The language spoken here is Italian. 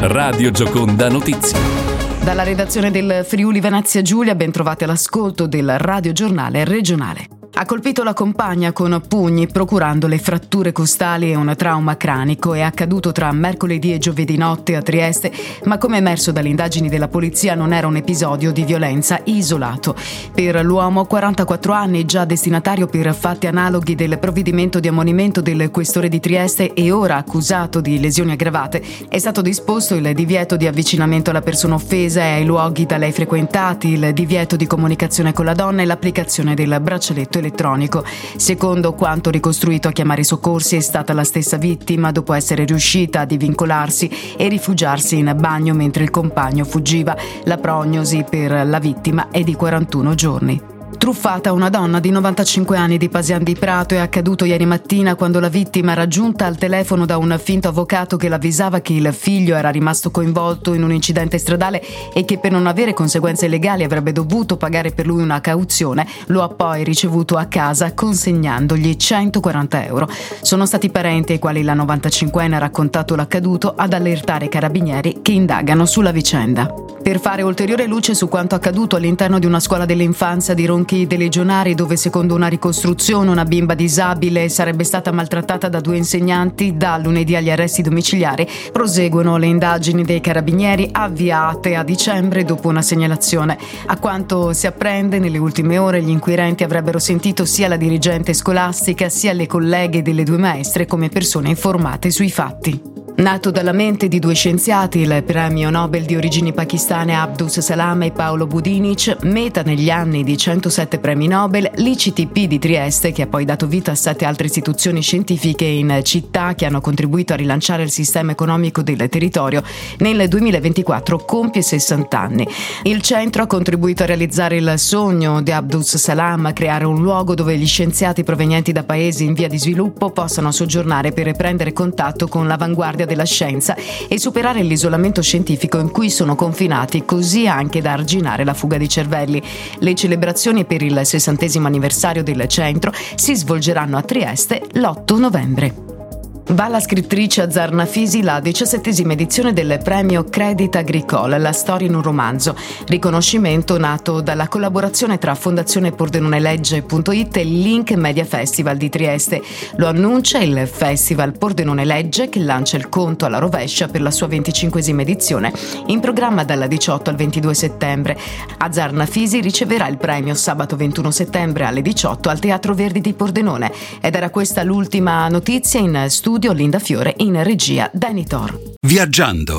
Radio Gioconda Notizie. Dalla redazione del Friuli Venezia Giulia, ben trovati all'ascolto del radiogiornale regionale. Ha colpito la compagna con pugni, procurandole fratture costali e un trauma cranico. È accaduto tra mercoledì e giovedì notte a Trieste, ma come emerso dalle indagini della polizia non era un episodio di violenza isolato. Per l'uomo, 44 anni, già destinatario per fatti analoghi del provvedimento di ammonimento del questore di Trieste e ora accusato di lesioni aggravate, è stato disposto il divieto di avvicinamento alla persona offesa e ai luoghi da lei frequentati, il divieto di comunicazione con la donna e l'applicazione del braccialetto elettronico. Secondo quanto ricostruito a chiamare i soccorsi è stata la stessa vittima dopo essere riuscita a divincolarsi e rifugiarsi in bagno mentre il compagno fuggiva. La prognosi per la vittima è di 41 giorni. Truffata una donna di 95 anni di Pasian di Prato. È accaduto ieri mattina quando la vittima, raggiunta al telefono da un finto avvocato che l'avvisava che il figlio era rimasto coinvolto in un incidente stradale e che per non avere conseguenze legali avrebbe dovuto pagare per lui una cauzione, lo ha poi ricevuto a casa consegnandogli 140 euro. Sono stati parenti ai quali la 95enne ha raccontato l'accaduto ad allertare i carabinieri che indagano sulla vicenda. Per fare ulteriore luce su quanto accaduto all'interno di una scuola dell'infanzia di Ronchi dei Legionari, dove secondo una ricostruzione una bimba disabile sarebbe stata maltrattata da 2 insegnanti, da lunedì agli arresti domiciliari, proseguono le indagini dei carabinieri avviate a dicembre dopo una segnalazione. A quanto si apprende, nelle ultime ore gli inquirenti avrebbero sentito sia la dirigente scolastica sia le colleghe delle 2 maestre come persone informate sui fatti. Nato dalla mente di 2 scienziati, il premio Nobel di origini pakistane Abdus Salam e Paolo Budinic, meta negli anni di 107 premi Nobel, l'ICTP di Trieste, che ha poi dato vita a 7 altre istituzioni scientifiche in città che hanno contribuito a rilanciare il sistema economico del territorio, nel 2024 compie 60 anni. Il centro ha contribuito a realizzare il sogno di Abdus Salam, a creare un luogo dove gli scienziati provenienti da paesi in via di sviluppo possano soggiornare per prendere contatto con l'avanguardia della scienza e superare l'isolamento scientifico in cui sono confinati, così anche da arginare la fuga di cervelli. Le celebrazioni per il 60° anniversario del centro si svolgeranno a Trieste l'8 novembre. Va alla scrittrice Azar Nafisi la 17ª edizione del premio Credit Agricole, la storia in un romanzo, riconoscimento nato dalla collaborazione tra Fondazione Pordenone-Legge.it e Link Media Festival di Trieste. Lo annuncia il Festival Pordenone Legge, che lancia il conto alla rovescia per la sua 25ª edizione, in programma dal 18 al 22 settembre. Azar Nafisi riceverà il premio sabato 21 settembre alle 18 al Teatro Verdi di Pordenone. Ed era questa l'ultima notizia. In studio Linda Fiore, in regia Danitor. Viaggiando.